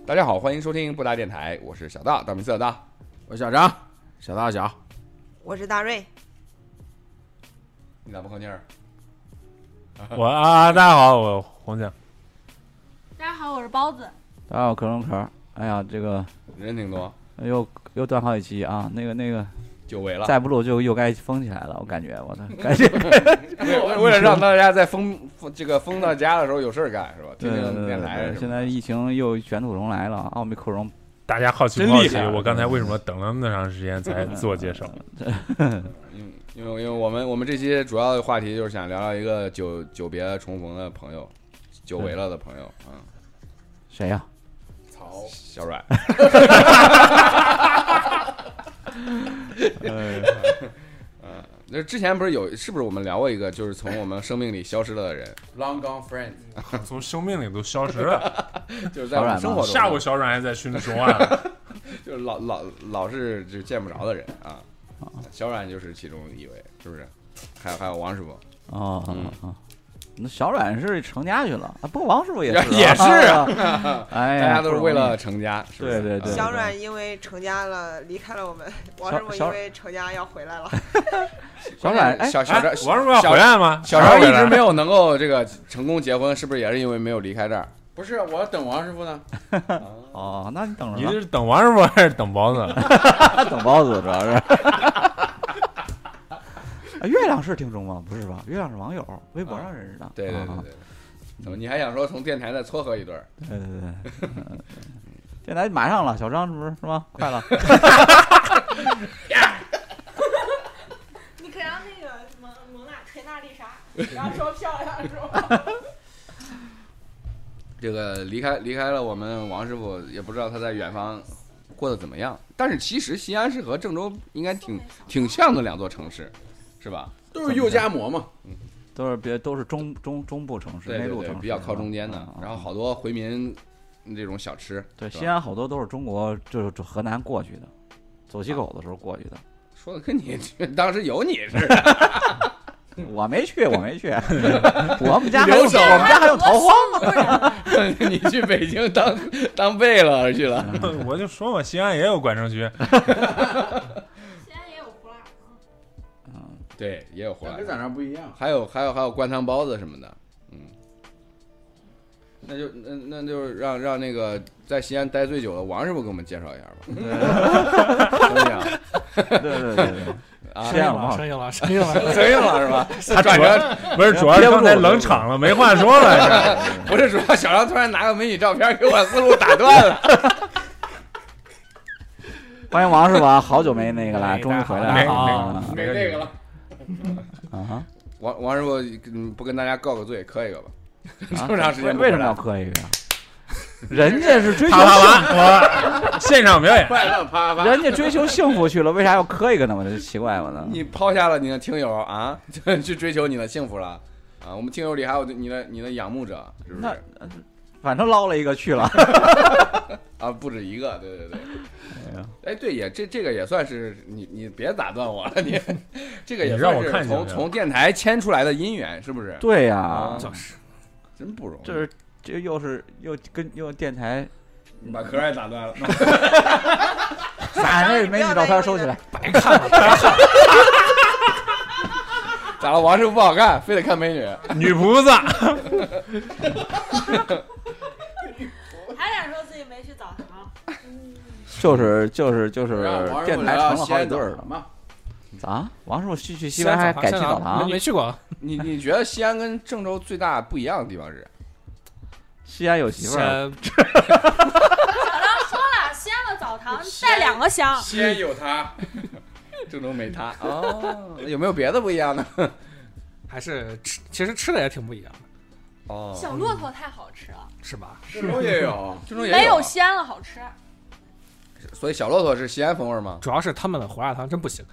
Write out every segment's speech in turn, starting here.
大家好，欢迎收听布达电台，我是小道，道明寺的道， 我是小张，小道小， 我是大瑞。 你咋不吭气儿？ 大家好，我黄酱。 大家好，我是包子。 大家好，可龙壳。哎呀，这个人挺多， 又断好几期啊！那个久违了， 再不录就又该封起来了，我感觉感觉为了让大家在封到家的时候有事儿干，是吧？听听电台。 现在疫情又卷土重来了，奥密克戎。 大家好奇不好奇？我刚才为什么等了那么长时间才自我介绍？ 因为我们这期主要的话题就是想聊聊一个久别重逢的朋友，久违了的朋友啊。 谁呀？ 小阮。那之前不是是不是我们聊过一个，就是从我们生命里消失了的人 ，Long Gone Friend， 从生命里都消失了， 就是在我们生活中。 下午小阮还在群里说话呢， 就是老是就见不着的人啊。小阮就是其中一位，是不是？还有王师傅。 那小阮是成家去了啊，不过王师傅也是哎，大家都是为了成家，是不是？ 对。 小阮因为成家了离开了我们，王师傅因为成家要回来了。 小阮， 王师傅要回来吗？ 小阮一直没有能够这个成功结婚，是不是也是因为没有离开这儿？ 不是，我等王师傅呢。 哦，那你等着。 你是等王师傅还是等包子？ 等包子主要是。月亮是听众吗？不是吧？月亮是网友，微博上认识的。 对。怎么你还想说从电台再撮合一对？ 对。电台马上了，小张是吗？快了。 你可让那个什么蒙娜吹娜丽莎，然后说漂亮是吧？ 这个离开了我们王师傅，也不知道他在远方过得怎么样。但是其实西安市和郑州应该挺像的两座城市。是吧？ 都是肉夹馍嘛， 都是中部城市，内陆城市比较靠中间的。然后好多回民这种小吃。 对，西安好多都是中国就是河南过去的，走西口的时候过去的。 说的跟你当时有你似的。 我没去。我们家还有逃荒。 你去北京当贝勒去了。 我就说嘛，西安也有管城区。 对，也有胡辣汤， 跟咱那不一样。 还有灌汤包子什么的，那就让那个在西安待最久的王师傅给我们介绍一下吧。行不行？ 对。 生硬了是吧？他转成不是，主要是刚才冷场了，没话说了。 不是，主要小张突然拿个美女照片给我思路打断了。 欢迎王师傅啊，好久没那个了，终于回来了， 没那个了。王师傅不跟大家告个罪，磕一个吧？这么长时间为什么要磕一个呀？人家是追求我现场表演， 快乐啪啪， 人家追求幸福去了，为啥要磕一个呢？我就奇怪我呢。 你抛下了你的听友啊，去追求你的幸福了啊！我们听友里还有你的仰慕者，是不是？ 反正捞了一个去了啊，不止一个，对。哎，对，也这个也算是你别打断我了，你这个也算是从电台牵出来的姻缘，是不是？ 对呀， 就是真不容易。 这又电台， 你把壳也打断了。 咱这美女照片收起来， 白看了。 咋了？王师傅不好看，非得看美女？ 女菩萨。 还敢说自己没去澡堂？ 就是电台成了好几对了嘛。 咋？王师傅去西安还改去澡堂？ 没去过。 你觉得西安跟郑州最大不一样的地方是？ 西安有媳妇儿。 小张说了，西安的澡堂带2个香。 西安有他，郑州没他。哦，有没有别的不一样呢？ 还是其实吃的也挺不一样的。 哦， 小骆驼太好吃了， 是吧？ 郑州也有， 没有西安的好吃。 所以小骆驼是西安风味吗？ 主要是他们的胡辣汤真不行。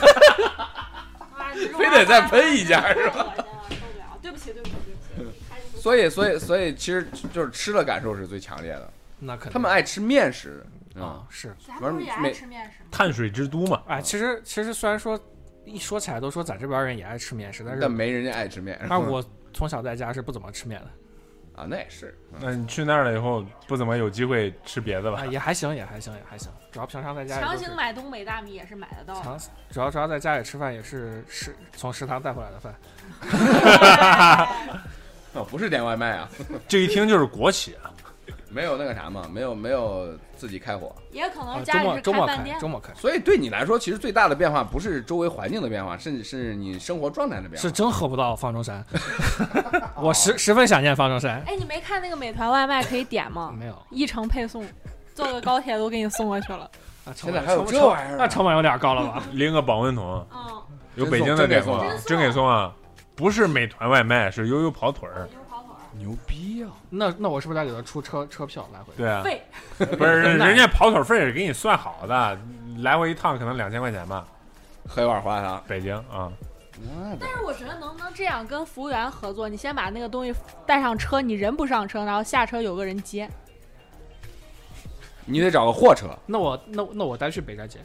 非得再喷一家是吧？ 对不起。 所以其实就是吃的感受是最强烈的。 那肯定。 他们爱吃面食啊，是。 咱不是也爱吃面食吗？ 碳水之都嘛。 哎，其实虽然说一说起来都说咱这边人也爱吃面食，但没人家爱吃面。 但我从小在家是不怎么吃面的。 啊，那也是。 那你去那儿了以后，不怎么有机会吃别的吧？ 也还行，也还行。主要平常在家里强行买东北大米也是买得到的。 主要在家里吃饭也是从食堂带回来的饭。 不是点外卖啊， 这一听就是国企啊。 没有那个啥嘛，没有自己开火， 也可能家里是开饭店， 周末开。 所以对你来说，其实最大的变化不是周围环境的变化，甚至是你生活状态的变化。 是真喝不到方中山，我十分想念方中山。 哎，你没看那个美团外卖可以点吗？ 没有 ，1程配送，坐个高铁都给你送过去了。 现在还有这玩意儿？ 那成本有点高了吧？ 拎个保温桶，有北京的点过，真给送啊！不是美团外卖，是悠悠跑腿儿。 牛逼啊！ 那我是不是得给他出车票来回？ 对啊，不是人家跑腿费是给你算好的，来回一趟可能2000块钱吧。 喝一碗花生， 北京啊。 但是我觉得能这样跟服务员合作，你先把那个东西带上车，你人不上车，然后下车有个人接。 你得找个货车。 那我带去北站接。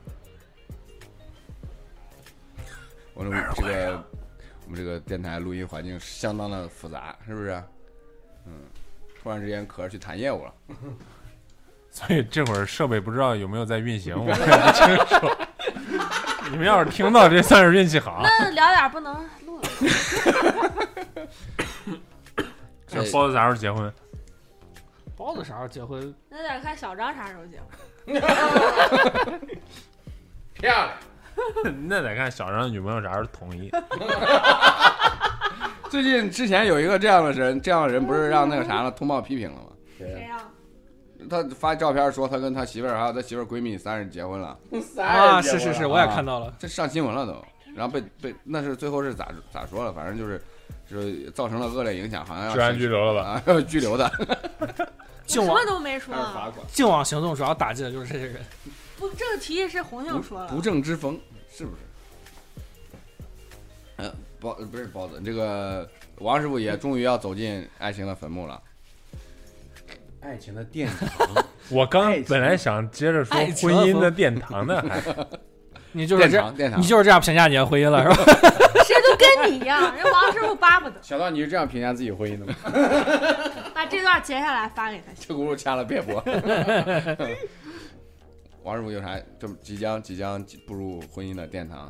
我们这个电台录音环境相当的复杂，是不是？突然之间可是去谈业务了， 所以这会儿设备不知道有没有在运行，我也不清楚。你们要是听到，这算是运气好。 那聊点不能录的。 这包子啥时候结婚？ 包子啥时候结婚？ 那得看小张啥时候结婚。 漂亮。 那得看小张的女朋友啥时候同意。 最近之前有一个这样的人不是让那个啥了通报批评了吗？ 谁呀？ 他发照片说他跟他媳妇儿还有他媳妇儿闺蜜3人结婚了。 啊，是，我也看到了， 这上新闻了都。然后被那是最后是咋说了？反正就是造成了恶劣影响，好像要治安拘留了吧？ 要拘留的。 什么都没说。 净网行动主要打击的就是这些人。 不，这个提议是红杏说的。 不正之风是不是？不是包子，这个王师傅也终于要走进爱情的坟墓了。 爱情的殿堂。 我刚本来想接着说婚姻的殿堂的， 你就是这样， 殿堂， 你就是这样评价你的婚姻了，是吧？ 谁都跟你一样，人王师傅巴不得。 小道，你是这样评价自己婚姻的吗？ 把这段截下来发给他。 这轱辘掐了别播。王师傅有啥？这即将步入婚姻的殿堂。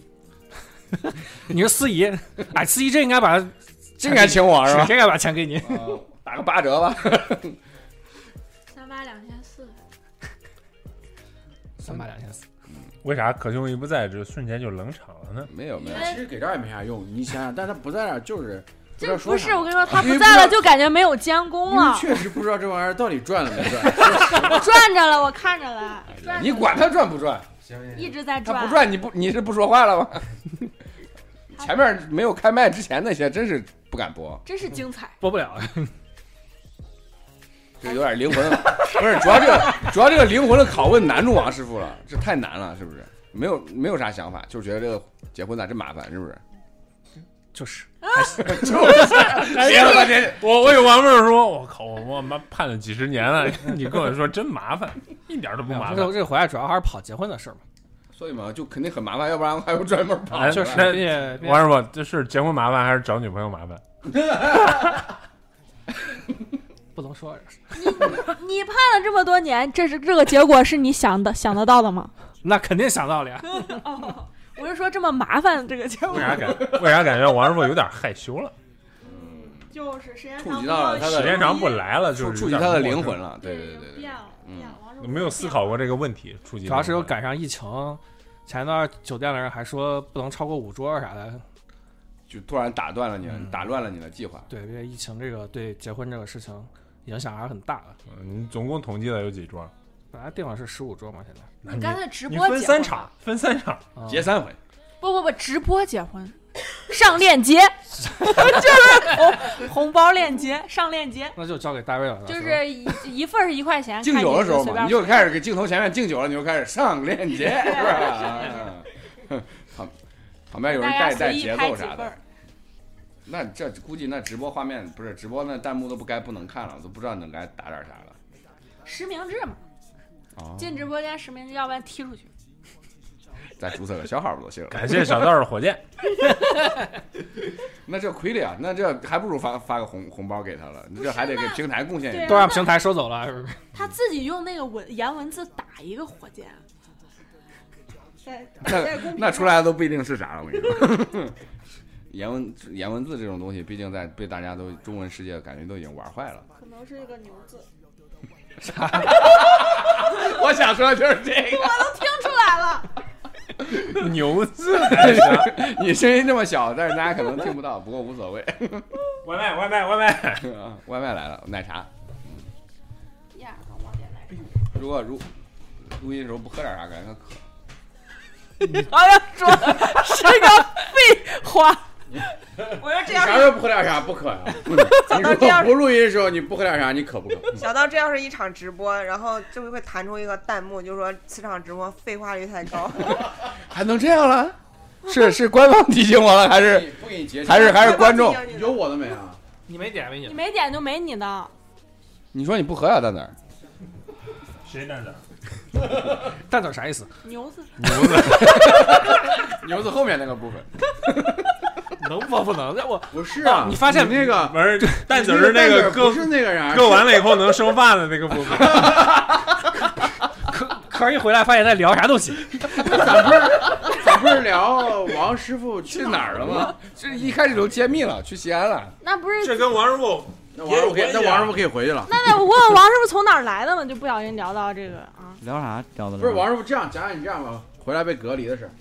你是司仪，哎，司仪这应该把， 这应该请我是吧？ 这应该把钱给你， 打个8折吧。 382,400。 382,400。 为啥可兄一不在，这瞬间就冷场了呢？ 没有， 其实给这儿也没啥用，你想想，但他不在这儿就是。 这不是我跟你说，他不在了就感觉没有监工了。 确实不知道这玩意儿到底赚了没赚。 赚着了，我看着了。 你管他赚不赚？ 一直在赚。 他不赚，你是不说话了吗？前面没有开麦之前那些真是不敢播， 真是精彩， 播不了。 这有点灵魂，不是主要这个灵魂的拷问难住王师傅了，这太难了，是不是？没有啥想法，就是觉得这个结婚咋这麻烦，是不是？ 就是， 我有王妹说，我靠，我妈盼了几10年了，你跟我说真麻烦，一点都不麻烦。 这个回来主要还是跑结婚的事儿嘛， 所以嘛，就肯定很麻烦，要不然还要专门跑。 就是王师傅，这是结婚麻烦还是找女朋友麻烦？ 不能说。 你盼了这么多年，这个结果是你想得到的吗？ 那肯定想到了呀。 我是说这么麻烦这个结果， 为啥感觉王师傅有点害羞了？ 就是时间触及到了他的时间长不来了，就是触及他的灵魂了。对， 变了。 没有思考过这个问题，触及主要是有赶上疫情，前一段酒店的人还说不能超过5桌啥的， 就突然打乱了你的计划。 对，因为疫情这个对结婚这个事情影响还是很大的。 你总共统计了有几桌？ 本来定的是15桌嘛，现在。 你刚才直播结婚分三场， 结3回。 不，直播结婚，上链接，就是红包链接，上链接。 那就交给大卫了。 就是一份是1块钱。 敬酒的时候嘛，你就开始给镜头前面敬酒了，你就开始上链接，是吧？旁边有人带节奏啥的。那这估计那直播画面不是直播，那弹幕都不能看了，都不知道你该打点啥了。 实名制嘛。进直播间实名制，要不然踢出去。 再注册个小号不就行了？ 感谢小道的火箭。 那这亏了呀，那这还不如发个红包给他了，你这还得给平台贡献一都让平台收走了，是不是？ 他自己用那个颜文字打一个火箭， 那出来的都不一定是啥了，我跟你说。颜文字这种东西，毕竟被大家都中文世界感觉都已经玩坏了。 可能是一个牛字。 我想说的就是这个， 我都听出来了。 牛字， 你声音这么小，但是大家可能听不到，不过无所谓。 外卖， 外卖来了，奶茶。 呀，忘点奶茶。 如果录音的时候不喝点啥，感觉他渴。 你好像说的是个废话。 我说这样啥时候不喝点啥不渴呀？你说不录音的时候你不喝点啥，你渴不渴？ 想到这要是一场直播，然后就会弹出一个弹幕，就说此场直播废话率太高。 还能这样了？是官方提醒我了，还是不给你截？ 还是观众？ 有我的没啊？ 你没点没你？ 你没点就没你的。 你说你不喝呀，蛋蛋？ 谁蛋蛋？ 蛋仔啥意思？ 牛字。 牛字后面那个部分。 能播不能？我不是啊， 你发现那个不是蛋子是那个不是那个啥， 割完了以后能生发的那个部分。 可一回来发现在聊啥东西。 咱不是聊王师傅去哪儿了吗？这一开始就揭秘了，去西安了。 那不是这跟王师傅那王师傅可以回去了。 那得问问王师傅从哪儿来的嘛？就不小心聊到这个啊。 聊啥？聊的不是王师傅这样，讲讲你这样吧，回来被隔离的事儿。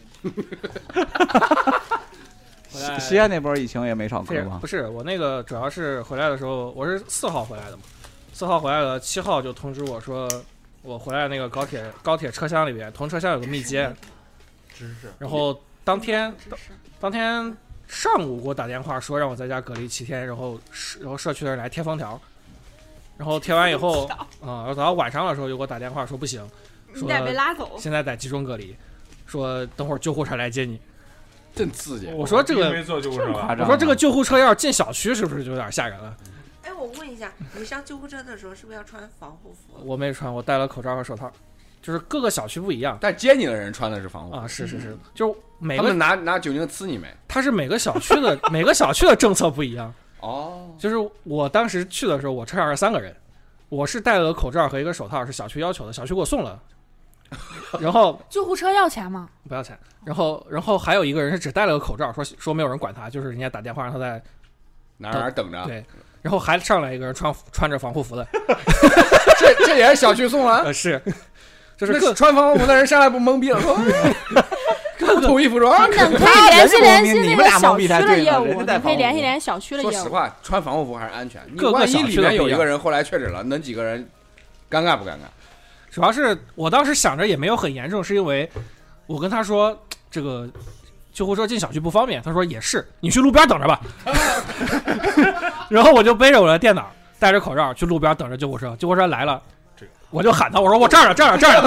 西安那波疫情也没少割吗？ 不是，我那个主要是回来的时候，我是4号回来的嘛，4号回来了，7号就通知我说，我回来那个高铁车厢里边，同车厢有个密接，然后当天上午给我打电话说让我在家隔离7天，然后社区的人来贴封条，然后贴完以后然后等到晚上的时候就给我打电话说不行， 你得被拉走， 现在在集中隔离，说等会儿救护车来接你。 真刺激！ 我说这个，我说这个救护车要是进小区，是不是就有点吓人了？ 哎，我问一下，你上救护车的时候是不是要穿防护服？ 我没穿，我戴了口罩和手套。就是各个小区不一样， 但接你的人穿的是防护服啊，是，就是每个他们拿酒精呲你没？ 他是每个小区的政策不一样哦。 就是我当时去的时候，我车上是3个人，我是戴了个口罩和一个手套，是小区要求的，小区给我送了。然后救护车要钱吗？ 不要钱。然后还有一个人是只戴了个口罩，说没有人管他，就是人家打电话让他在哪儿等着。 对，然后还上来一个人穿着防护服的， 这也是小区送啊？ 是，就是穿防护服的人上来不懵逼了，说统一服装。 可以联系你们俩小区的业务， 你可以联系小区的业务。 说实话，穿防护服还是安全。你各个小区里面有一个人后来确诊了，那几个人尴尬不尴尬？ 主要是我当时想着也没有很严重，是因为我跟他说这个救护车进小区不方便，他说也是，你去路边等着吧。然后我就背着我的电脑，戴着口罩去路边等着救护车，救护车来了，我就喊他，我说我这儿呢，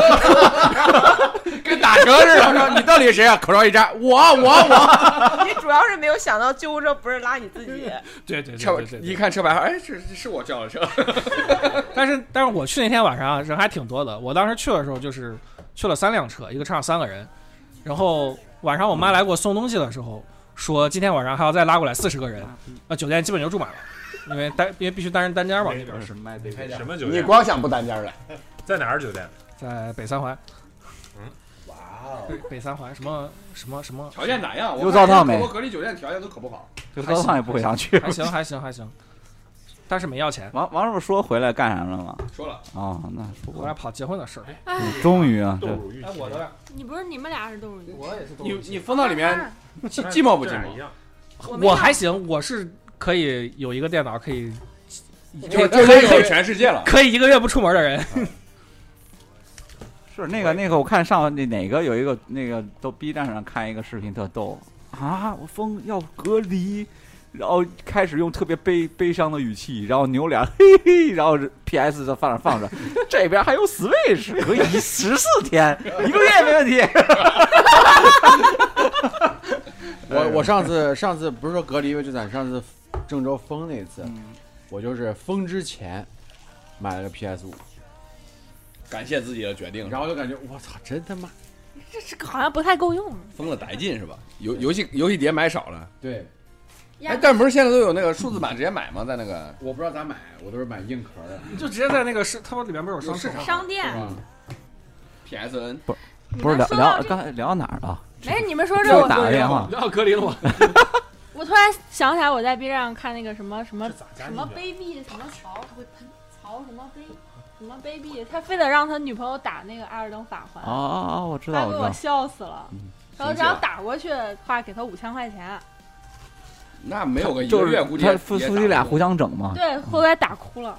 跟打折似的。说你到底谁啊？口罩一摘，我。 你主要是没有想到救护车不是拉你自己。 对， 一看车牌号，哎，这是我叫的车。 但是我去那天晚上人还挺多的。我当时去的时候就是去了3辆车，一个车上3个人。然后晚上我妈来给我送东西的时候说，今天晚上还要再拉过来40个人，酒店基本就住满了，因为必须单人单间嘛。那边什么酒店？ 你光想不单间了？ 在哪儿酒店？ 在北三环。 哇哦， 北三环什么？ 条件咋样？ 有澡堂没？ 我隔离酒店条件都可不好， 有澡堂也不会想去。 还行，但是没要钱。 王师傅说回来干啥了吗？ 说了啊，那说回来跑结婚的事儿。 终于啊！ 哎，我的， 你不是你们俩是动物鱼？ 我也是动物鱼。 你封到里面寂寞不寂寞？ 我还行，我是可以有一个电脑可以， 就可以全世界了， 可以1个月不出门的人。 是那个，我看上哪个有一个那个都 B 站上看一个视频特逗啊，我封要隔离，然后开始用特别悲伤的语气，然后扭脸嘿嘿，然后 PS 在放着，这边还有 Switch 可以14天，1个月没问题。 我上次不是说隔离，因为就咱上次郑州封那次，我就是封之前买了个 PS5。 感谢自己的决定， 然后就感觉我操，真他妈这个好像不太够用。 封了带劲是吧？游戏碟买少了。 对， 哎，但不是现在都有那个数字版直接买吗？在那个我不知道咋买，我都是买硬壳的。 你就直接在那个他们里面不是有市场商店。 PSN 不是刚才聊到哪儿了？ 没事，你们说这我打个电话， 聊隔离了吗？ 我突然想起来，我在 B 站上看那个什么卑鄙什么曹，他会喷曹什么卑鄙，他非得让他女朋友打那个艾尔登法环。 哦，我知道， 他给我笑死了。然后只要打过去的话，给他5000块钱。 那没有个一个月，估计他夫妻俩互相整嘛。 对，后来打哭了。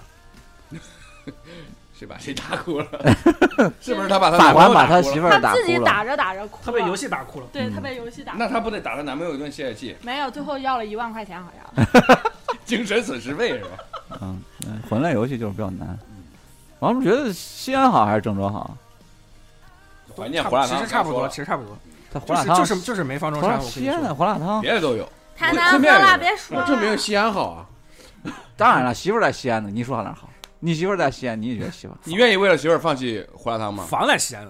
谁把谁打哭了？是不是他把他法官把他媳妇儿打哭了？ 他自己打着打着哭了。 他被游戏打哭了。 对，他被游戏打。 那他不得打他男朋友一顿泄泄气？ 没有，最后要了1万块钱，好像。 精神损失费是吧？ 魂类游戏就是比较难。我们觉得西安好还是郑州好？ 怀念胡辣汤， 其实差不多。 它胡辣汤就是没方中山。 西安的胡辣汤， 别的都有。 太难喝了，别说了。 证明西安好啊！ 当然了，媳妇儿在西安的，你说哪儿好？你媳妇儿在西安，你也觉得西安？ 你愿意为了媳妇儿放弃胡辣汤吗？ 房在西安了。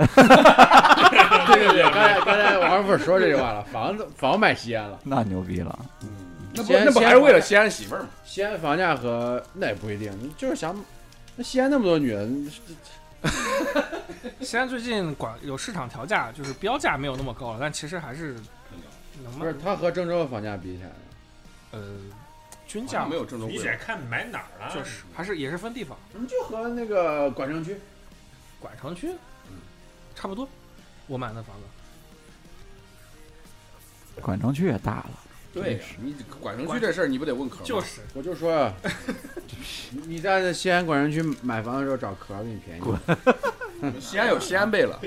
对，刚才王师傅说这句话了，房买西安了， 那牛逼了。 那不还是为了西安媳妇儿吗？ 西安房价和那也不一定，就是想那西安那么多女人。 西安最近有市场调价，就是标价没有那么高了，但其实还是不是它和郑州的房价比起来， 均价没有郑州贵。 你得看买哪儿了， 就是还是也是分地方。 你就和那个管城区， 差不多。我买的房子， 管城区也大了。 对，你管城区这事儿你不得问壳吗？ 就是， 我就说呀，你在西安管城区买房的时候找壳给你便宜。 西安有西安贝了，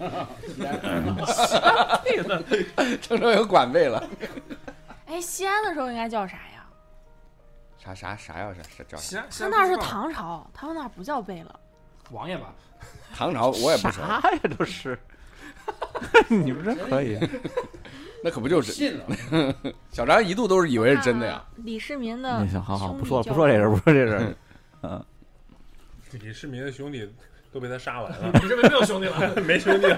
郑州有管贝了。 哎，西安的时候应该叫啥呀？ 啥要叫西安？ 他那是唐朝，他们那不叫贝勒。 王爷吧？ 唐朝我也不熟。 啥呀都是。你们这可以。 那可不就是信了？ 小张一度都是以为是真的呀。 李世民的行，好，不说这事。 李世民的兄弟都被他杀完了。 李世民没有兄弟了， 没兄弟了。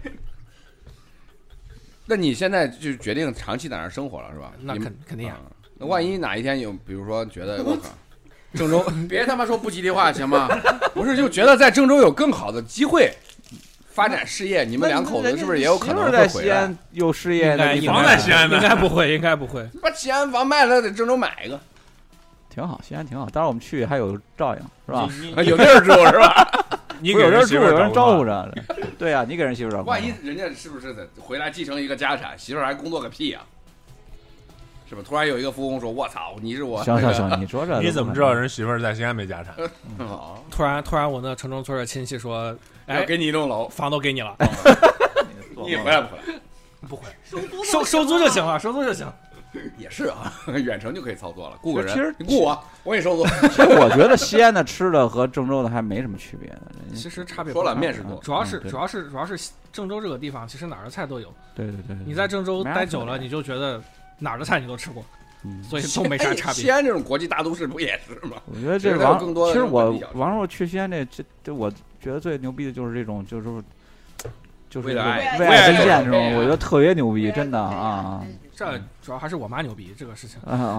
那你现在就决定长期在那儿生活了是吧？ 那肯定啊。 那万一哪一天有，比如说觉得我靠，郑州别他妈说不吉利话行吗？ 不是，就觉得在郑州有更好的机会。发展事业，你们两口子是不是也有可能会在西安有事业？ 房在西安的， 应该不会。 把西安房卖了，在郑州买一个， 挺好，西安挺好。当然我们去还有照应，是吧？ 有地儿住是吧？ 你给人住，有人照顾着。对啊，你给人媳妇照顾。 万一人家是不是得回来继承一个家产，媳妇还工作个屁呀？是吧？突然有一个富翁说：“我操，你是我。” 行，你说这你怎么知道人媳妇在西安没家产？ 突然，我那城中村的亲戚说。 要给你一栋楼， 房都给你了， 你回来不回来？ 不回，收租就行了，收租就行。 也是啊，远程就可以操作了，雇个人。 其实你雇我也收租。 其实我觉得西安的吃的和郑州的还没什么区别的。 其实差别说了面食多， 主要是郑州这个地方，其实哪儿的菜都有。 对。 你在郑州待久了，你就觉得哪儿的菜你都吃过。所以都没啥差别。 西安这种国际大都市不也是吗？ 我觉得这其实王若去西安这我觉得最牛逼的就是这种就是为爱奔现这种，我觉得特别牛逼，真的啊！ 这主要还是我妈牛逼这个事情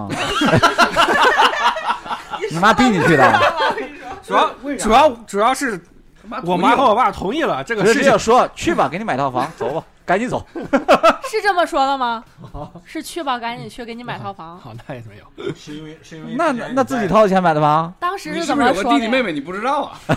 你妈逼你去的？ 主要是我妈和我爸同意了这个事情， 说去吧，给你买套房，走吧。赶紧走， 是这么说的吗？是去吧，赶紧去，给你买套房。 好，那也没有， 是因为那自己掏钱买的吗？ 当时是怎么说的？ 你是不是有个弟弟妹妹你不知道啊？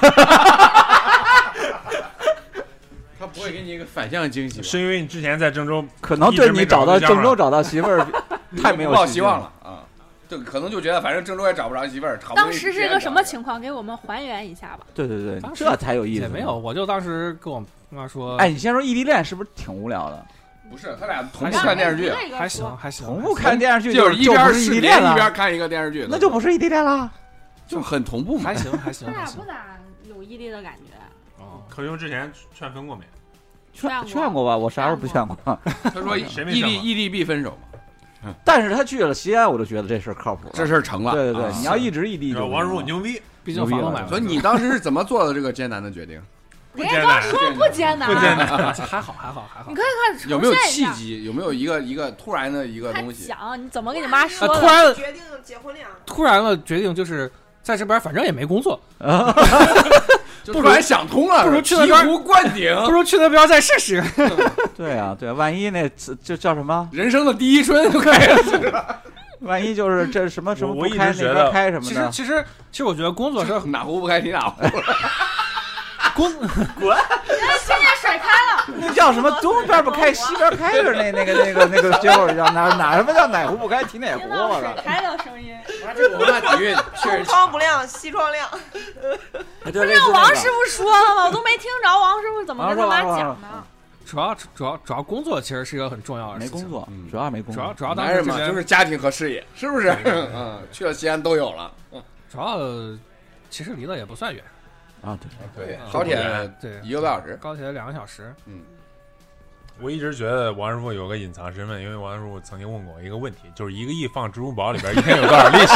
他不会给你一个反向惊喜， 是因为你之前在郑州， 可能对你郑州找到媳妇儿太没有抱希望了啊！就可能就觉得反正郑州也找不着媳妇儿。 当时是个什么情况？给我们还原一下吧。 对，这才有意思。 也没有，我就当时跟我妈说， 哎，你先说异地恋是不是挺无聊的？ 不是，他俩同步看电视剧， 还行。 同步看电视剧就是一边异地恋一边看一个电视剧， 那就不是异地恋了， 就很同步嘛。 还行。 他俩不咋有异地的感觉。 哦，可用之前劝分过没？ 劝过吧，我啥时候不劝过？ 他说异地必分手嘛。 但是他去了西安，我就觉得这事儿靠谱， 这事儿成了。 对，你要一直异地， 王师傅牛逼， 毕竟房都买了。 所以你当时是怎么做的这个艰难的决定？ 人家刚说不艰难， 不艰难， 还好。 你看看有没有契机？有没有一个突然的一个东西？ 想你怎么跟你妈说的？ 突然决定结婚了， 突然的决定就是在这边反正也没工作， 就突然想通了， 不如去那边醍醐灌顶， 不如去那边再试试。 对啊，万一那就叫什么？ 人生的第一春就开始了。 万一就是这什么我不开那边开什么的。 其实我觉得工作是哪壶不开提哪壶。 滚！ 现在甩开了， 那叫什么？东边不开西边开着那个结果叫哪什么叫哪壶不开提哪壶了？ 了？ 开的声音。 这文化底蕴东窗不亮西窗亮。 不是王师傅说了吗？我都没听着王师傅怎么跟他妈讲呢。 主要工作其实是一个很重要的事情。 没工作，主要没工作， 主要男人嘛就是家庭和事业，是不是？去了西安都有了。 主要其实离得也不算远。 啊， 对，高铁对 1个多小时， 高铁2个小时。 我一直觉得王师傅有个隐藏身份，因为王师傅曾经问过一个问题，就是1个亿放支付宝里边一天有多少利息？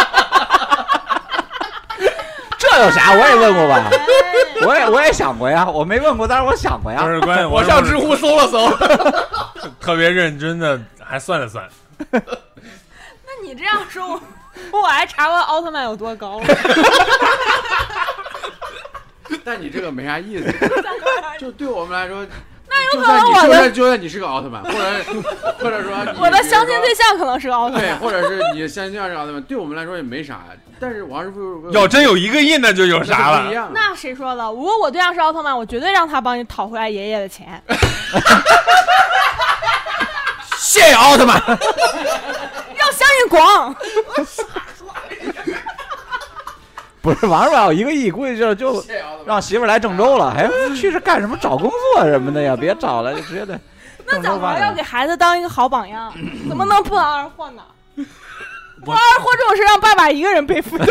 这有啥？我也问过吧，我也想过呀，我没问过，但是我想过呀。 就是关键我上知乎搜了搜， 特别认真的还算了算。 那你这样说，我还查过奥特曼有多高了。 但你这个没啥意思，就对我们来说， 那有可能就算你是个奥特曼，或者说我的相亲对象可能是个奥特曼， 对，或者是你相亲对象是奥特曼，对我们来说也没啥。但是王师傅要真有1个亿，那就有啥了？ 那谁说的？如果我对象是奥特曼，我绝对让他帮你讨回来爷爷的钱。 谢谢奥特曼， 要相信广。 不是王师傅有1个亿，估计就让媳妇来郑州了，还去这干什么？找工作什么的呀？别找了，就直接的。 那怎么要给孩子当一个好榜样？怎么能不劳而获呢？不劳而获这种事让爸爸一个人背负。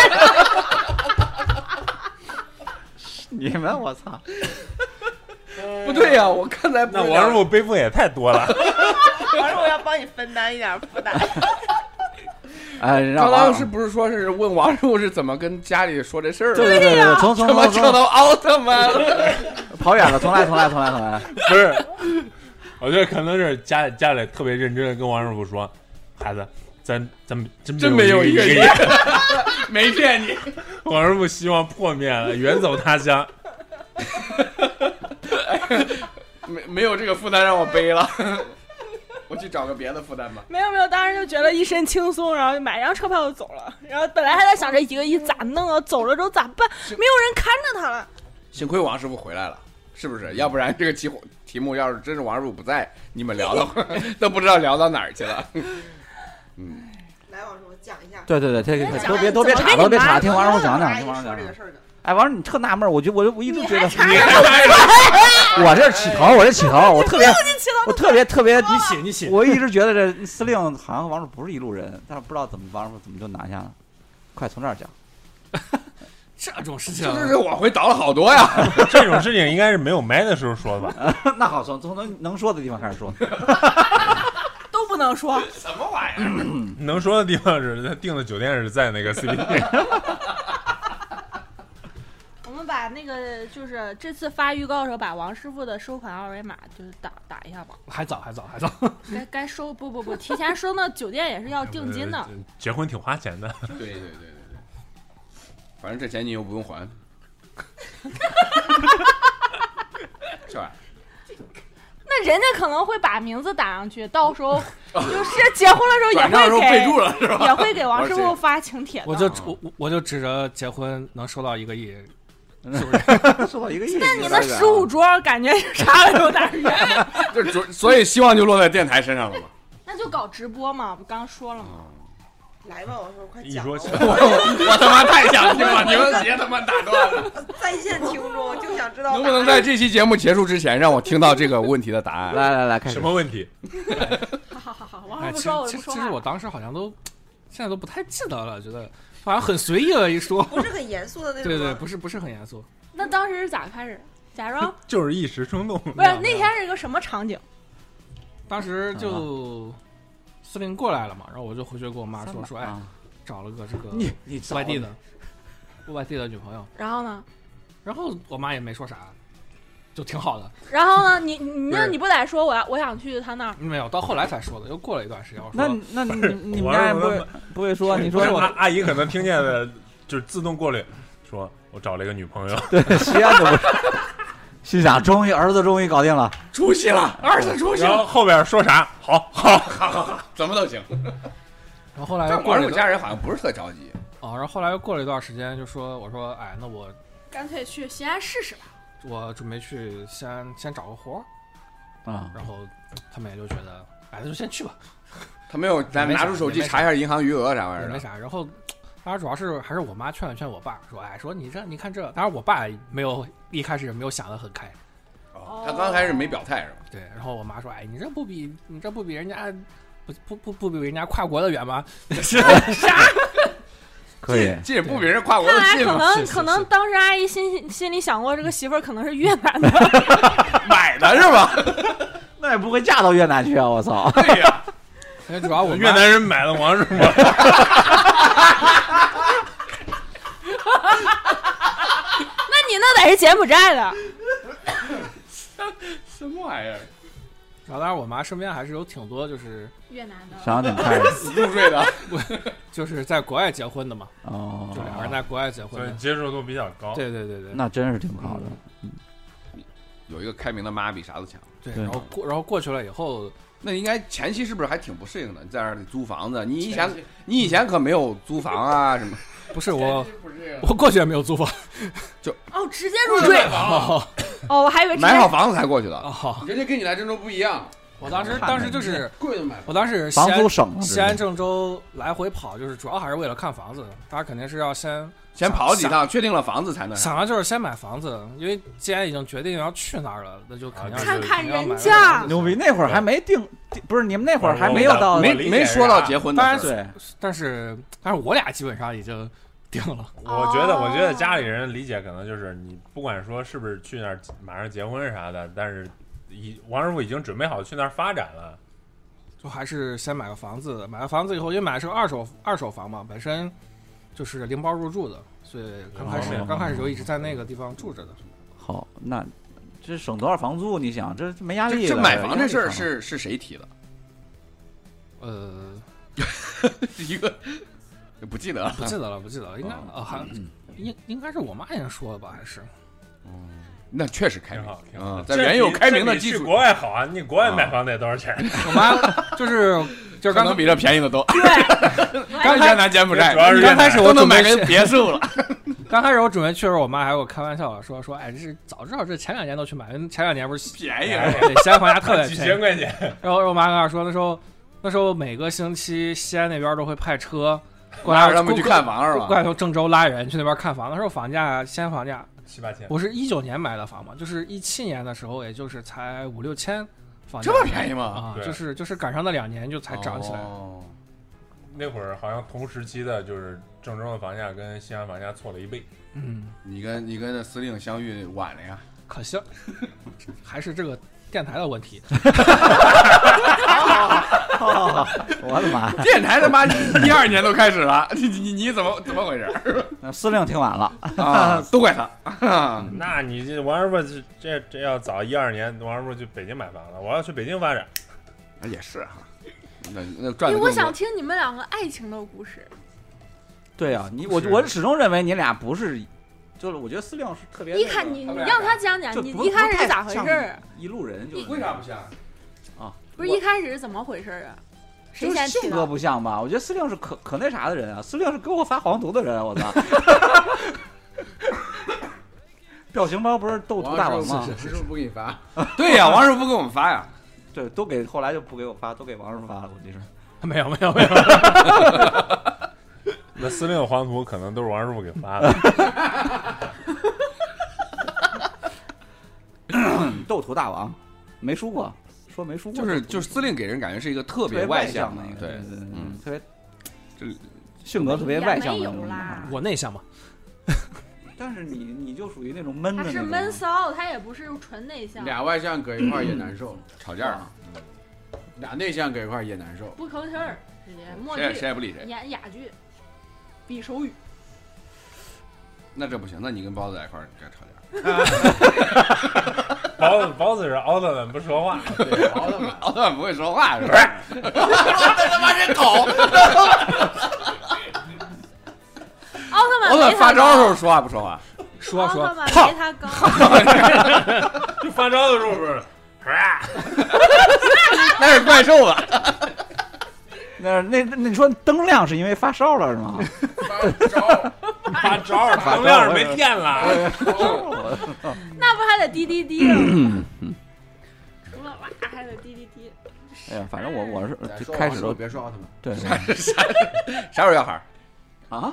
你们我操！ 不对呀，我刚才那王师傅背负也太多了。 王师傅要帮你分担一点负担。 刚刚不是说是问王师傅是怎么跟家里说这事儿的？ 对，从扯到奥特曼了， 跑远了，重来。 不是，我觉得可能是家里特别认真的跟王师傅说，孩子，咱真没有1个亿，没骗你。 王师傅希望破灭了，远走他乡。 没有这个负担让我背了。我去找个别的负担吧。 没有，当时就觉得一身轻松，然后买张车票就走了。然后本来还在想这1个亿咋弄啊，走了之后咋办？没有人看着他了。 幸亏王师傅回来了，是不是？要不然这个题目要是真是王师傅不在，你们聊的都不知道聊到哪儿去了。 来，王师傅讲一下。 对，都别插，听王师傅讲讲，听王师傅讲讲。哎，王师傅，你特纳闷，我一直觉得我这起头，我特别你起， 我一直觉得这司令好像王师傅不是一路人，但是不知道王师傅怎么就拿下了。快从这儿讲。 这种事情就是往回倒了好多呀。 这种事情应该是没有麦的时候说的吧？ 那好，从能说的地方开始说。 都不能说什么玩意儿？ 能说的地方是他订的酒店是在那个 CBD。 我们把那个就是这次发预告的时候，把王师傅的收款二维码就是打一下吧。 还早。 该收不，提前收那酒店也是要定金的。 结婚挺花钱的。 对，反正这钱你又不用还。是吧？ 那人家可能会把名字打上去，到时候就是结婚的时候也会备注了，是吧？ 也会给王师傅发请帖的。 我就指着结婚能收到1个亿。 是不是收到1个亿？ 那你那15桌感觉差的有点远。 所以希望就落在电台身上了嘛。 那就搞直播嘛，不刚说了吗？ 来吧，我说快讲。 一说起我他妈太想听了，你们别他妈打断了。 在线听众就想知道能不能在这期节目结束之前让我听到这个问题的答案？ 来，开始。 什么问题？ 好，王师傅说，我不说。 其实我当时好像现在都不太记得了，觉得好像很随意了一说， 不是很严肃的那种。 对，不是很严肃。 那当时是咋开始？假装就是一时冲动。 不是那天是一个什么场景？ 当时就司令过来了嘛，然后我就回去跟我妈说，哎，找了个这个你外地的女朋友。 然后呢？ 然后我妈也没说啥，就挺好的。 然后呢，你不得说我想去他那儿？ 没有，到后来才说的，又过了一段时间。我说那你们家人不会说？你说我阿姨可能听见的，就是自动过滤，说我找了一个女朋友。 对，西安的不是。心想，儿子终于搞定了， 出息了，儿子出息了。 然后后边说啥？好， 怎么都行。 然后后来又过了， 我家人好像不是特着急。 哦，然后后来又过了一段时间，我说，哎，那我干脆去西安试试吧。 我准备去西安先找个活啊， 然后他们也就觉得，哎，那就先去吧。 他没有拿出手机查一下银行余额啥玩意儿的， 没啥。然后当然主要是还是我妈劝了劝我爸，说，哎，说你看这，当然我爸一开始没有想得很开。 他刚开始没表态是吧？ 对，然后我妈说，哎，你这不比人家不比人家跨国的远吗？ 啥？ 可以， 这也不比人跨国的近吗？ 可能当时阿姨心里想过，这个媳妇儿可能是越南的买的是吧？ 那也不会嫁到越南去啊！我操！ 对呀， 因为主要我越南人买了王师傅。 那你那得是柬埔寨的。 什么玩意儿？ 然后当然我妈身边还是有挺多就是越南的， 想挺开入赘的， 就是在国外结婚的嘛。 哦， 就两个人在国外结婚的， 接受度比较高。 对， 那真是挺好的。 有一个开明的妈比啥都强。 对，然后过去了以后， 那应该前期是不是还挺不适应的？你在那儿租房子，你以前可没有租房啊什么？ 不是我过去也没有租房， 直接入赘。我还以为买好房子才过去的。 人家跟你来郑州不一样。 我当时就是贵的买， 我当时房租省了， 西安郑州来回跑，就是主要还是为了看房子。大家肯定是要先跑几趟，确定了房子才能想的就是先买房子，因为既然已经决定要去那儿了，那就肯定看看人家牛逼。那会儿还没定，不是你们那会儿还没有到没说到结婚的事。对，但是我俩基本上已经定了。 我觉得家里人理解可能就是你不管说是不是去那儿马上结婚啥的，但是王师傅已经准备好去那儿发展了。 就还是先买个房子，买了房子以后，因为买的是个二手房嘛，本身就是零包入住的，所以刚开始就一直在那个地方住着的。 好，那这省多少房租？你想，这没压力。 这买房这事儿是谁提的？一个不记得了， 应该应该是我妈先说的吧，还是？ 那确实开明啊， 在原有开明的基础。 去国外好啊，你国外买房得多少钱？ 我妈就是可能比这便宜的多。 对， 刚越南柬埔寨， 刚开始我都买个别墅了。 刚开始我准备去的时候，我妈还给我开玩笑说，哎，这是早知道这前2年都去买，前2年不是便宜， 对，西安房价特别便宜， 几千块钱。 然后我妈跟我说，那时候每个星期西安那边都会派车过来让他们去看房是吧？ 过来从郑州拉人去那边看房。那时候西安房价 7、8千， 我是19年买的房嘛，就是17年的时候，也就是才5、6千房价， 这么便宜吗？ 啊，就是赶上那2年就才涨起来。 那会儿好像同时期的就是郑州的房价跟西安房价错了1倍。 你跟那司令相遇晚了呀， 可惜，还是这个电台的问题。 我的妈！ 电台他妈12年都开始了，你怎么回事？ 司令听晚了啊，都怪他。 那你这王师傅这要早12年，王师傅去北京买房了，我要去北京发展。 也是哈，那赚的。 我想听你们2个爱情的故事。 对啊，我始终认为你俩不是，就是我觉得司令是特别。 你让他讲讲，你一开始是咋回事？ 一路人就为啥不像？ 不是一开始是怎么回事啊？谁先性格不像吧？我觉得司令是可那啥的人啊，司令是给我发黄图的人，我操！表情包不是斗图大王吗？ 是不是不给你发？ 对呀，王师傅不给我们发呀。 对，都给后来就不给我发，都给王师傅发了。我记是没有。 那司令黄图可能都是王师傅给发的。 斗图大王没输过。说没输过， 就是司令给人感觉是一个特别外向的，对， 特别，就性格特别外向的。 我内向嘛， 但是你就属于那种闷的。 他是闷骚，他也不是纯内向。 俩外向搁一块也难受， 吵架。 俩内向搁一块也难受， 不吭气儿，直接默剧，谁也不理谁。 演哑剧，比手语。 那这不行，那你跟包子在一块儿该吵架。 包子是奥特曼不说话， 对，奥特曼不会说话，是不是？我他妈这狗！ 奥特曼发招的时候说话不说话？ 说奥特曼没他高。 就发招的时候不是？ 那是怪兽了。 那你说灯亮是因为发烧了是吗？ 发招，能量是没电了。 那不还得滴滴滴吗？除了哇还得滴滴滴。 哎呀，反正我是开始都别说奥特曼， 对， 啥时候要孩儿啊？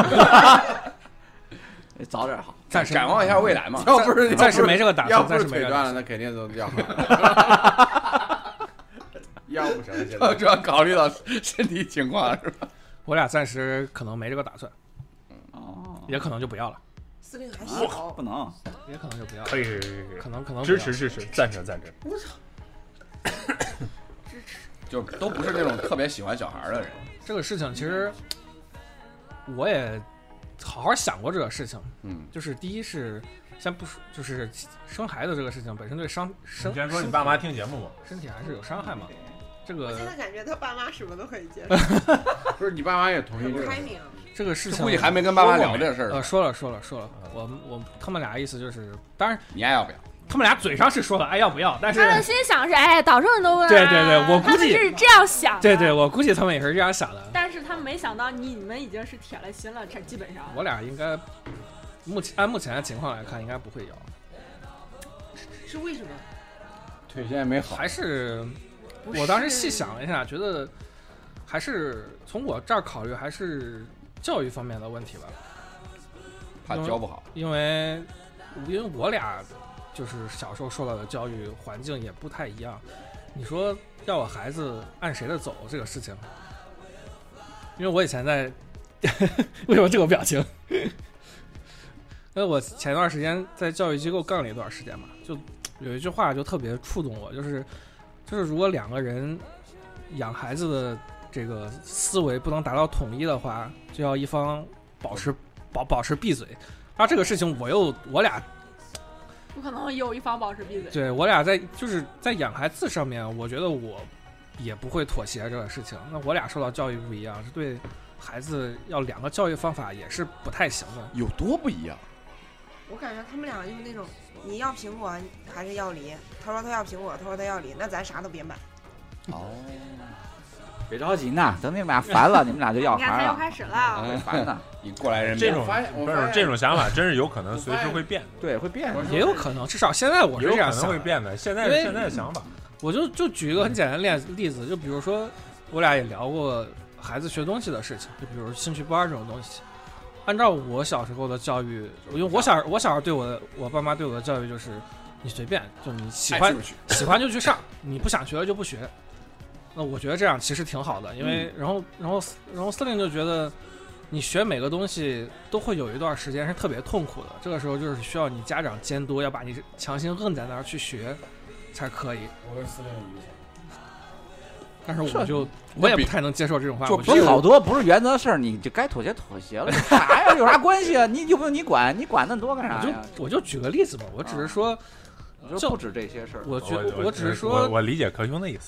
早点好， 暂时展望一下未来嘛。 要不是暂时没这个打算， 要不是暂时没这个腿断了，那肯定都要好。要不成，现在主要考虑到身体情况是吧？ 我俩暂时可能没这个打算， 哦， 也可能就不要了， 司令还小， 不能， 也可能就不要了， 可以， 可能支持，赞成。 我操！支持， 就都不是那种特别喜欢小孩的人。 这个事情其实我也好好想过这个事情，就是第一是先不说，就是生孩子这个事情本身对你先说你爸妈听节目吗？ 身体还是有伤害嘛。这个我现在感觉他爸妈什么都可以接受， 不是你爸妈也同意这个？ 开明。 这个事情估计还没跟爸妈聊这事儿。 说了，他们俩意思就是，当然你爱要不要？ 他们俩嘴上是说了，哎要不要，但是他们心想是，哎，导生都问。 对，我估计是这样想的。 对，我估计他们也是这样想的。 但是他们没想到你们已经是铁了心了，这基本上。 我俩应该按目前的情况来看，应该不会要。 是为什么？ 腿现在没好， 还是我当时细想了一下，觉得还是从我这儿考虑，还是教育方面的问题吧。 怕教不好， 因为我俩就是小时候受到的教育环境也不太一样。你说要我孩子按谁的走这个事情，因为我以前在为什么这个表情？因为我前段时间在教育机构干了一段时间嘛，就有一句话就特别触动我，就是如果两个人养孩子的这个思维不能达到统一的话，就要一方保持闭嘴。而这个事情我俩不可能有一方保持闭嘴。 对，我俩在养孩子上面，我觉得我也不会妥协这个事情。那我俩受到教育不一样，是对孩子要两个教育方法也是不太行的。 有多不一样？ 我感觉他们俩就是那种，你要苹果还是要梨？他说他要苹果，他说他要梨，那咱啥都别买。 哦，别着急呢，等你们俩烦了，你们俩就要你看孩了。 他又开始了。 烦呢， 你过来人这种我不是这种想法，真是有可能随时会变。 对，会变， 也有可能，至少现在我是这样想的， 会变的。现在的想法， 我就举一个很简单的例子，就比如说我俩也聊过孩子学东西的事情，就比如兴趣班这种东西。按照我小时候的教育，因为我小时候对我爸妈对我的教育就是，你随便，就你喜欢就去上，你不想学了就不学。那我觉得这样其实挺好的，因为然后司令就觉得，你学每个东西都会有一段时间是特别痛苦的，这个时候就是需要你家长监督，要把你强行摁在那儿去学，才可以。 我跟司令一样。 但是我也不太能接受这种话， 就不是好多不是原则事儿，你就该妥协了，啥呀？有啥关系啊？你又不用你管那么多干啥呀？ 我就举个例子嘛，我只是说， 就不止这些事儿。 我只是说， 我理解可兄的意思，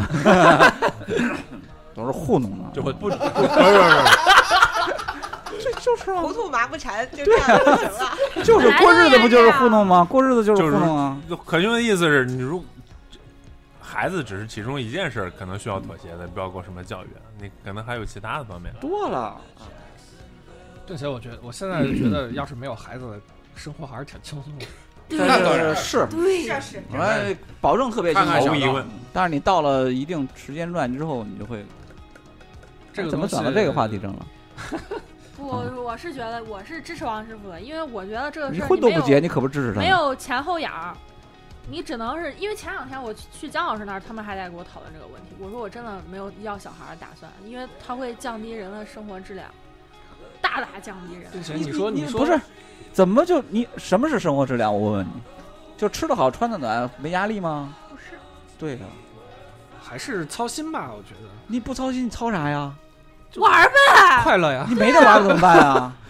都是糊弄的， 就不是， 这就是糊涂麻不馋，就这样就行了。 就是过日子不就是糊弄吗？过日子就是糊弄啊。 可兄的意思是你孩子只是其中一件事，可能需要妥协的，包括什么教育，你可能还有其他的方面多了。 并且我现在觉得，要是没有孩子，生活还是挺轻松的。 那当然是， 对， 我保证特别轻松， 毫无疑问。 但是你到了一定时间段之后，你就会， 这个怎么转到这个话题上了？ 不，我是觉得我是支持王师傅的，因为我觉得这个事你婚都不结，你可不支持他。 没有前后眼儿。你只能是因为前两天我去姜老师那儿，他们还在给我讨论这个问题。我说我真的没有要小孩的打算，因为它会降低人的生活质量，大大降低人。 并且你说不是，怎么就你什么是生活质量？我问问你，就吃得好穿得暖没压力吗？ 不是， 对呀， 还是操心吧。我觉得你不操心，你操啥呀？ 玩呗， 快乐呀。 你没得玩怎么办啊？ 我跟你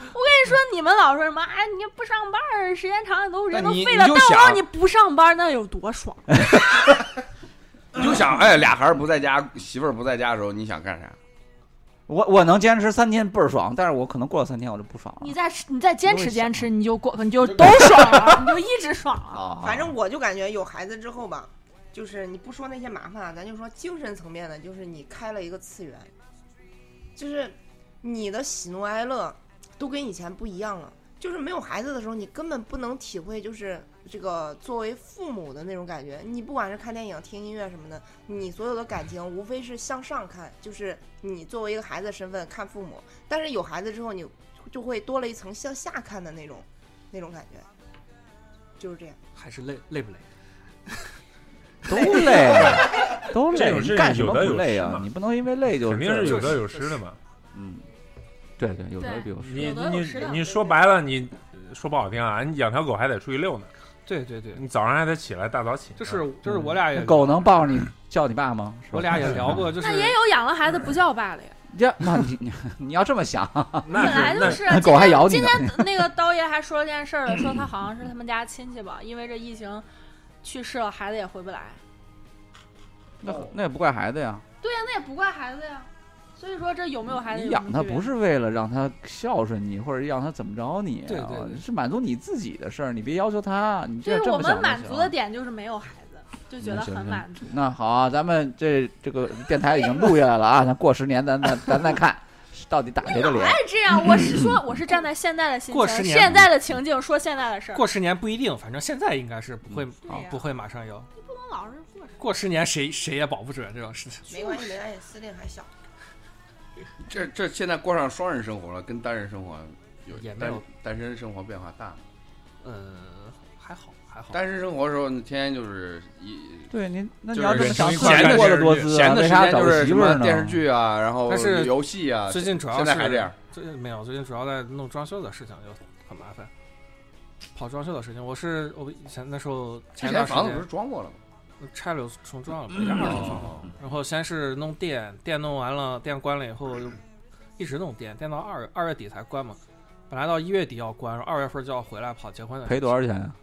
说你们老说什么？哎，你不上班，时间长了人都你废了。但我告诉你，不上班那有多爽？ 你就想，哎，俩孩儿不在家，媳妇儿不在家的时候，你想干啥？ 我能坚持3天倍儿爽，但是我可能过了3天我就不爽了。 你再坚持，你就都爽了，你就一直爽了。 反正我就感觉有孩子之后吧，就是你不说那些麻烦啊，咱就说精神层面的，就是你开了一个次元，就是你的喜怒哀乐都跟以前不一样了。就是没有孩子的时候，你根本不能体会就是这个作为父母的那种感觉。你不管是看电影、听音乐什么的，你所有的感情无非是向上看，就是你作为一个孩子的身份看父母。但是有孩子之后，你就会多了一层向下看的那种感觉，就是这样。 还是累不累？ 都累，都累。 这种事干什么有得有不累啊？ 失嘛你不能因为累就肯定是有得有失的嘛。 嗯，对，有得有失。 你说白了，你说不好听啊，你养条狗还得出去遛呢。 对， 你早上还得起来，大早起。 就是我俩也狗能抱着你叫你爸吗？ 我俩也聊过，就是那也有养了孩子不叫爸了呀。 呀，那你要这么想， 本来就是狗还咬你今呢。 天那个刀爷还说了件事儿了，说他好像是他们家亲戚吧，因为这疫情去世了，孩子也回不来。 那也不怪孩子呀。 对呀，那也不怪孩子呀。所以说这有没有孩子？ 你养他不是为了让他孝顺你，或者让他怎么着你， 对， 是满足你自己的事儿，你别要求他。你对我这么想们满足的点就是没有孩子，就觉得很满足。 那好啊，咱们这个电台已经录下来了啊，咱过10年咱再看到底打谁的脸。 哎，这样我是说我是站在现在的心情，现在的情境说现在的事儿。 过10年不一定，反正现在应该是不会马上有。 你不能老是过10年谁也保不准这种事情。 没关系，司令还小。 这现在过上双人生活了，跟单人生活也没有单身生活变化大。 还好。 单身生活的时候，天天就是对你，那你要这么想， 闲过得多姿， 闲的时间就是什么电视呢剧啊，然后游戏啊。 最近主要现在还这样。 最近没有，最近主要在弄装修的事情就很麻烦。跑装修的事情，我以前那时候前段时间房子不是装过了吗？ 拆了重装了，20房，然后先是弄电弄完了，电关了以后就一直弄电到2月底才关嘛。本来到1月底要关，2月份就要回来跑结婚的。 赔多少钱呀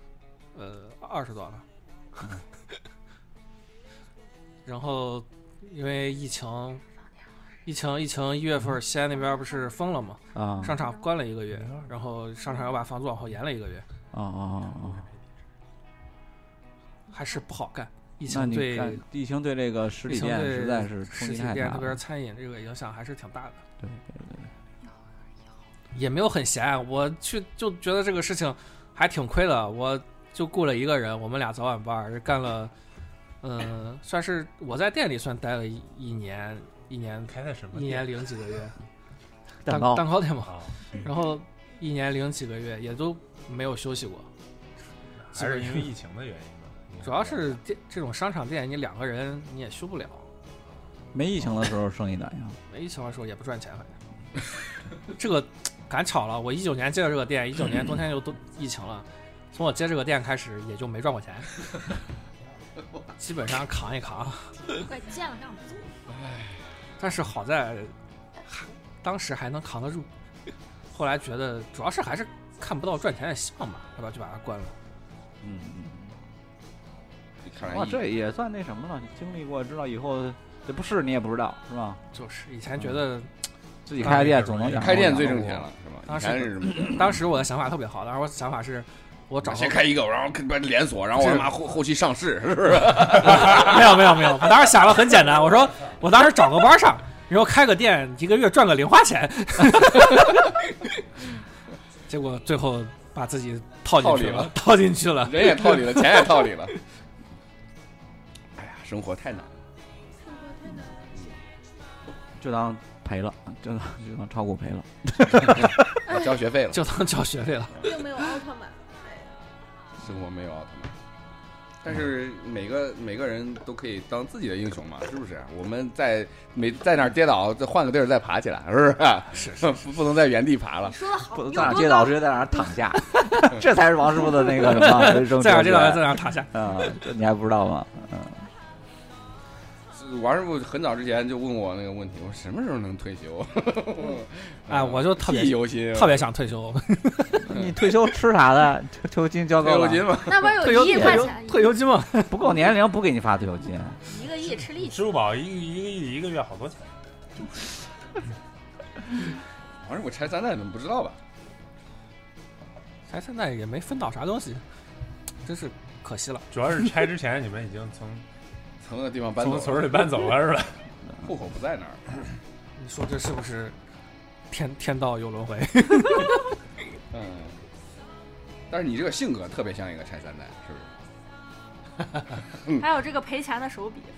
？20多了。然后因为疫情1月份西安那边不是封了嘛，商场关了1个月，然后商场要把房租往后延了1个月。还是不好干。疫情对这个实体店实在是冲击太大了。实体店特别是餐饮这个影响还是挺大的。 对。 也没有很闲，我去就觉得这个事情还挺亏的。我就雇了1个人，我们俩早晚班，干了，算是我在店里算待了一年， 开在什么？1 年0几个月， 蛋糕店嘛。然后1年0几个月也都没有休息过， 还是因为疫情的原因吧。 主要是这种商场店，你2个人你也休不了。 没疫情的时候生意咋样？ 没疫情的时候也不赚钱，反正这个赶巧了。我19年接的这个店，19年冬天就都疫情了。从我接这个店开始，也就没赚过钱，基本上扛一扛。 快见了让做。 但是好在当时还能扛得住，后来觉得主要是还是看不到赚钱的希望吧，要不然就把它关了。 哇，这也算那什么了，经历过，知道以后这不是你也不知道，是吧？ 就是以前觉得自己开店总能开店最挣钱了，是吧？当时我的想法特别好，当时我想法是我找先开一个，然后连锁，然后我他妈后期上市，是不是？ 没有，我当时想的很简单，我说我当时找个班上，然后开个店，1个月赚个零花钱，结果最后把自己套进去了， 人也套里了，钱也套里了。哎呀，生活太难了， 就当赔了，就当炒股赔了， 交学费了， 就当交学费了， 并没有奥特曼。 生活没有奥特曼，但是每个人都可以当自己的英雄嘛，是不是？我们在哪儿跌倒，再换个地儿再爬起来，是不是？是不能在原地爬了。 说的好， 在哪儿跌倒直接在哪儿躺下，这才是王师傅的那个什么人生。 在哪儿跌倒在哪儿躺下啊？这你还不知道吗？ 王师傅很早之前就问我那个问题，我什么时候能退休？ 哎，我就特别记忆犹新， 特别想退休。 你退休吃啥的？退休金交够了？ 退休金嘛， 那边有1亿块钱， 退休金嘛， 不够年龄不给你发退休金。 1个亿吃利息。 支付宝一个月好多钱。 王师傅拆3代怎么不知道吧？ 拆3代也没分到啥东西，真是可惜了。 主要是拆之前你们已经从那个地方搬走了， 从村里搬走了是吧？ 户口不在那儿。 你说这是不是天道有轮回？ 嗯，但是你这个性格特别像一个拆3代，是不是？ 还有这个赔钱的手笔。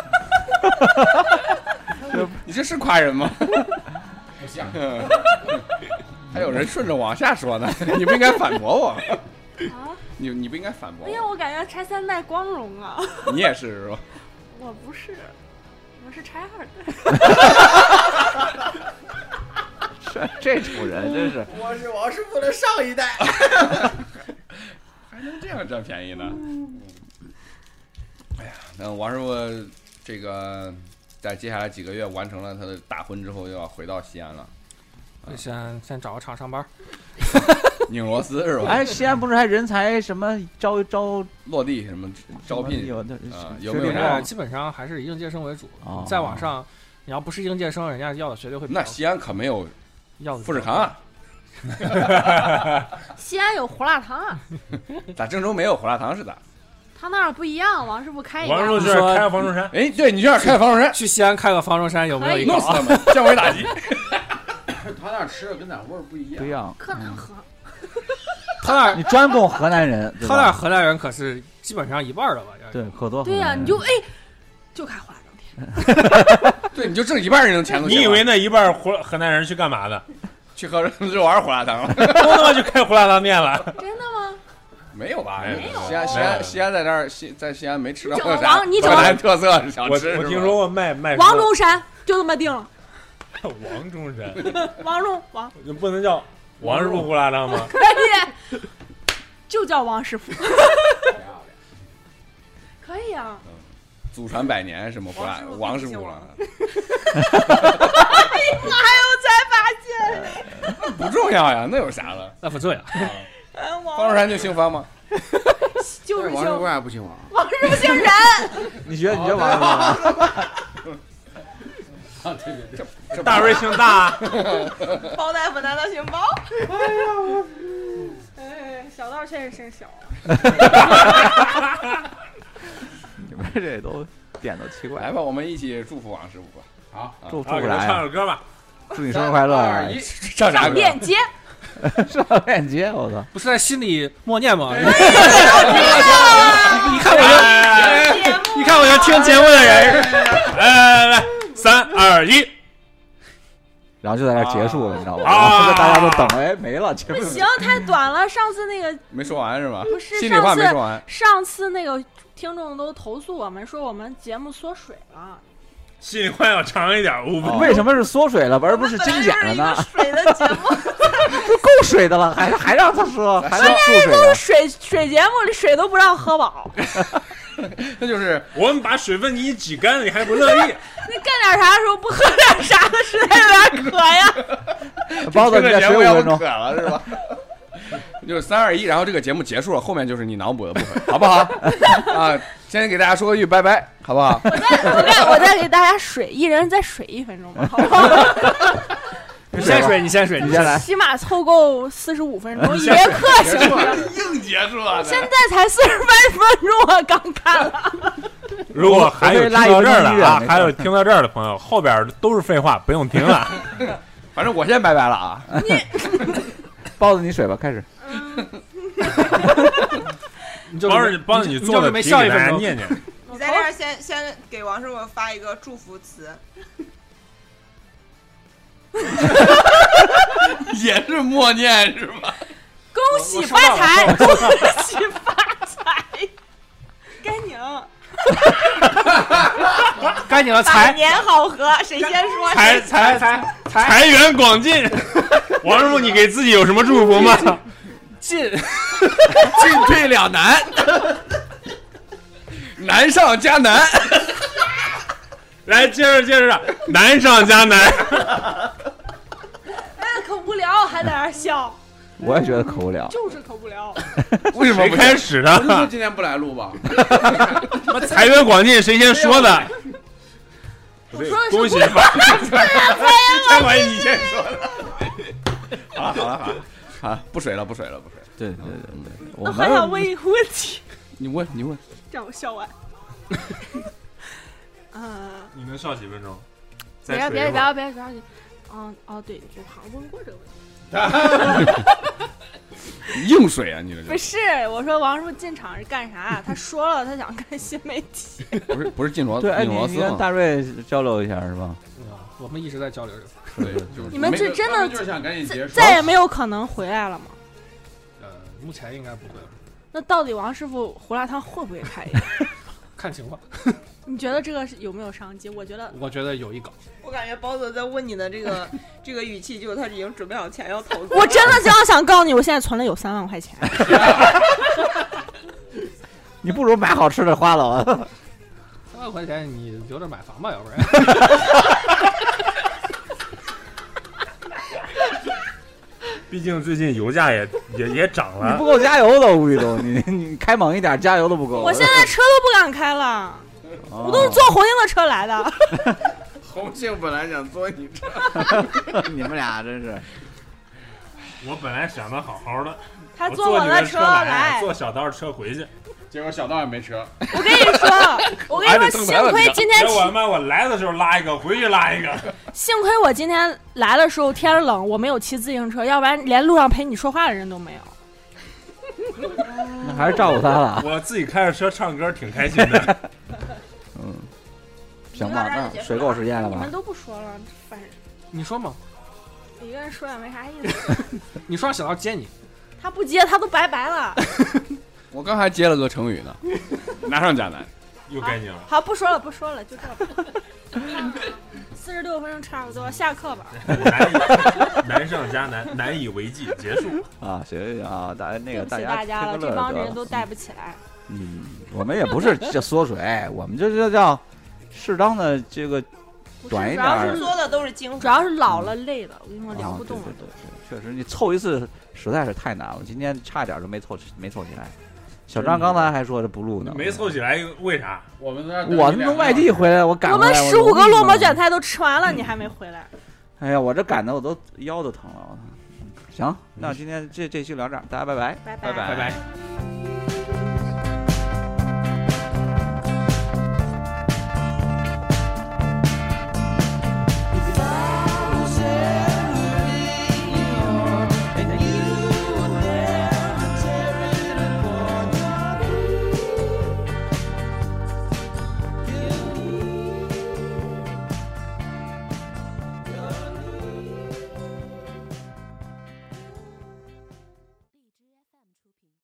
你这是夸人吗？不像。还有人顺着往下说呢，你不应该反驳我。 啊？ 你不应该反驳我。 哎呀，我感觉拆3代光荣啊！ 你也是是吧？ 我不是，我是拆2代。 这种人真是。 我是王师傅的上一代。 还能这样占便宜呢？哎呀，那王师傅这个在接下来几个月完成了他的大婚之后，又要回到西安了。 先找个厂上班， 拧螺丝是吧？ 哎，西安不是还人才什么招落地什么招聘有的有没有啥？ 基本上还是以应届生为主。 哦再往上，你要不是应届生，人家要的绝对会比较那西安可没有要的富士康啊， 西安有胡辣汤啊， 咋郑州没有胡辣汤似的？ 他那儿不一样，王师傅开一家。 王师傅就是开个房中山。 哎，对你去那儿开个房中山， 去西安开个房中山有没有一个？ 弄死他们，降维打击。 他那吃的跟咱味儿不一样。 不一样。 柯南河。 他那你专供河南人， 他那河南人可是基本上一半的吧？ 对，可多。 对呀，你就就开胡辣汤店。对，你就挣一半人的钱都行。 你以为那一半河南人去干嘛的？ 去喝就玩胡辣汤了。 都他妈去开胡辣汤店了。 真的吗？ 没有吧？ 没有。 西安在那儿，在西安没吃到过啥河南特色小吃。 我听说过卖王中山，就这么定了。 王中山， 王， 你不能叫王师傅胡辣汤吗？ 可以，就叫王师傅。可以啊。 祖传100年什么胡辣王师傅了？ 哪有才发现？ 不重要呀，那有啥了？ 那不重要。 方中山就姓方吗？ 就是王师傅还不姓王， 王师傅姓任。 你觉得王师傅？ 啊，对， 这大瑞姓大， 包大夫难道姓包？ 哎呀，我，哎，小道确实姓小。 你们这都点都奇怪。 来吧，我们一起祝福王师傅吧。 好， 祝福来， 唱首歌吧。 祝你生日快乐。 唱啥歌？ 链接。 上链接，我操！ 不是在心里默念吗？你看我要听节目的人， 来，3、2、1， 然后就在那结束了，你知道吗？然后大家都等，哎，没了， 不行，太短了。上次那个没说完是吧？ 不是， 心里话没说完。 上次那个听众都投诉我们说我们节目缩水了。 心里话要长一点， 为什么是缩水了，而不是精简了呢？ 水的节目都够水的了，还让他说，还让关键都是水节目里水都不让喝饱。 那就是我们把水分给你挤干了，你还不乐意？ 你干点啥的时候不喝点啥的，实在有点渴呀。 包子，你再水5分钟， 渴了是吧？就是3、2、1，然后这个节目结束了，后面就是你脑补的部分，好不好？啊，先给大家说一句拜拜，好不好？ 我再给大家水，一人再水1分钟吧，好不好？ 你先水，你先来， 起码凑够45分钟，一节课行不行？ 硬结束了， 现在才48分钟，我刚看了。 如果还有听到这儿的啊，还有听到这儿的朋友，后边都是废话，不用听了。 反正我先拜拜了啊。 包子，你水吧，开始。 帮你做的题给大家念念。 你在这儿先给王师傅发一个祝福词。 也是默念是吧？ 恭喜发财，恭喜发财，该你了。 该你了，财年好合，谁先说？ 财源广进。王师傅，你给自己有什么祝福吗？ 进退两难，难上加难。 来，接着，难上加难。 哎，可无聊，还在那儿笑。 我也觉得可无聊， 就是可无聊。 为什么不开始的？ 我就说今天不来录吧。 财源广进，谁先说的？ 我说的是恭喜发财管你先说的。 好了，不水了。 对， 我还想问一个问题。 你问， 让我笑完。 你能笑几分钟？ 别，对，我好像问过这个问题。 硬水啊，你这不是？我说王师傅进场是干啥？他说了，他想干新媒体。 不是进螺丝？ 对，你跟大瑞交流一下是吧？ 我们一直在交流这个。 对， 你们是真的就是想赶紧结束， 再也没有可能回来了吗？ 目前应该不会了。 那到底王师傅胡辣汤会不会开业？ 看情况。 你觉得这个有没有商机？我觉得有一搞。 我感觉包子在问你的这个语气，就是他已经准备好钱要投资。 我真的这样想告诉你，我现在存了有3万块钱。 你不如买好吃的花了。 3万块钱你留着买房吧，要不然。 毕竟最近油价也涨了， 你不够加油的，吴宇东，你开猛一点，加油都不够。 我现在车都不敢开了，我都是坐红星的车来的。 红星本来想坐你车， 你们俩真是。 我本来想的好好的， 他坐我的车来， 坐小道车回去， 结果小道也没车。 我跟你说，幸亏今天我来的时候拉一个，回去拉一个。 幸亏我今天来的时候天冷，我没有骑自行车，要不然连路上陪你说话的人都没有。 那还是照顾他了。 我自己开着车唱歌挺开心的。 行吧，那水够时间了吧？ 你们都不说了，烦人。 你说嘛？ 一个人说也没啥意思。 你说让小道接你， 他不接，他都拜拜了。 我刚还接了个成语呢，难上加难。 又该你了。 好，不说了，就这吧。46分钟差不多，下课吧。 难上加难，难以为继，结束啊！行啊，大家了，这帮人都带不起来。 我们也不是这缩水，我们这叫适当的这个短一点。主要是说的都是精华， 主要是老了累了，我跟你说聊不动了。 对，确实你凑一次实在是太难了，今天差点就没凑起来。小张刚才还说这不录呢， 没凑起来，为啥？ 我从外地回来，我赶回来， 我们15个烙馍卷菜都吃完了，你还没回来。 哎呀，我这赶的我都腰都疼了。行，那今天这期聊这儿，大家拜拜， 拜拜。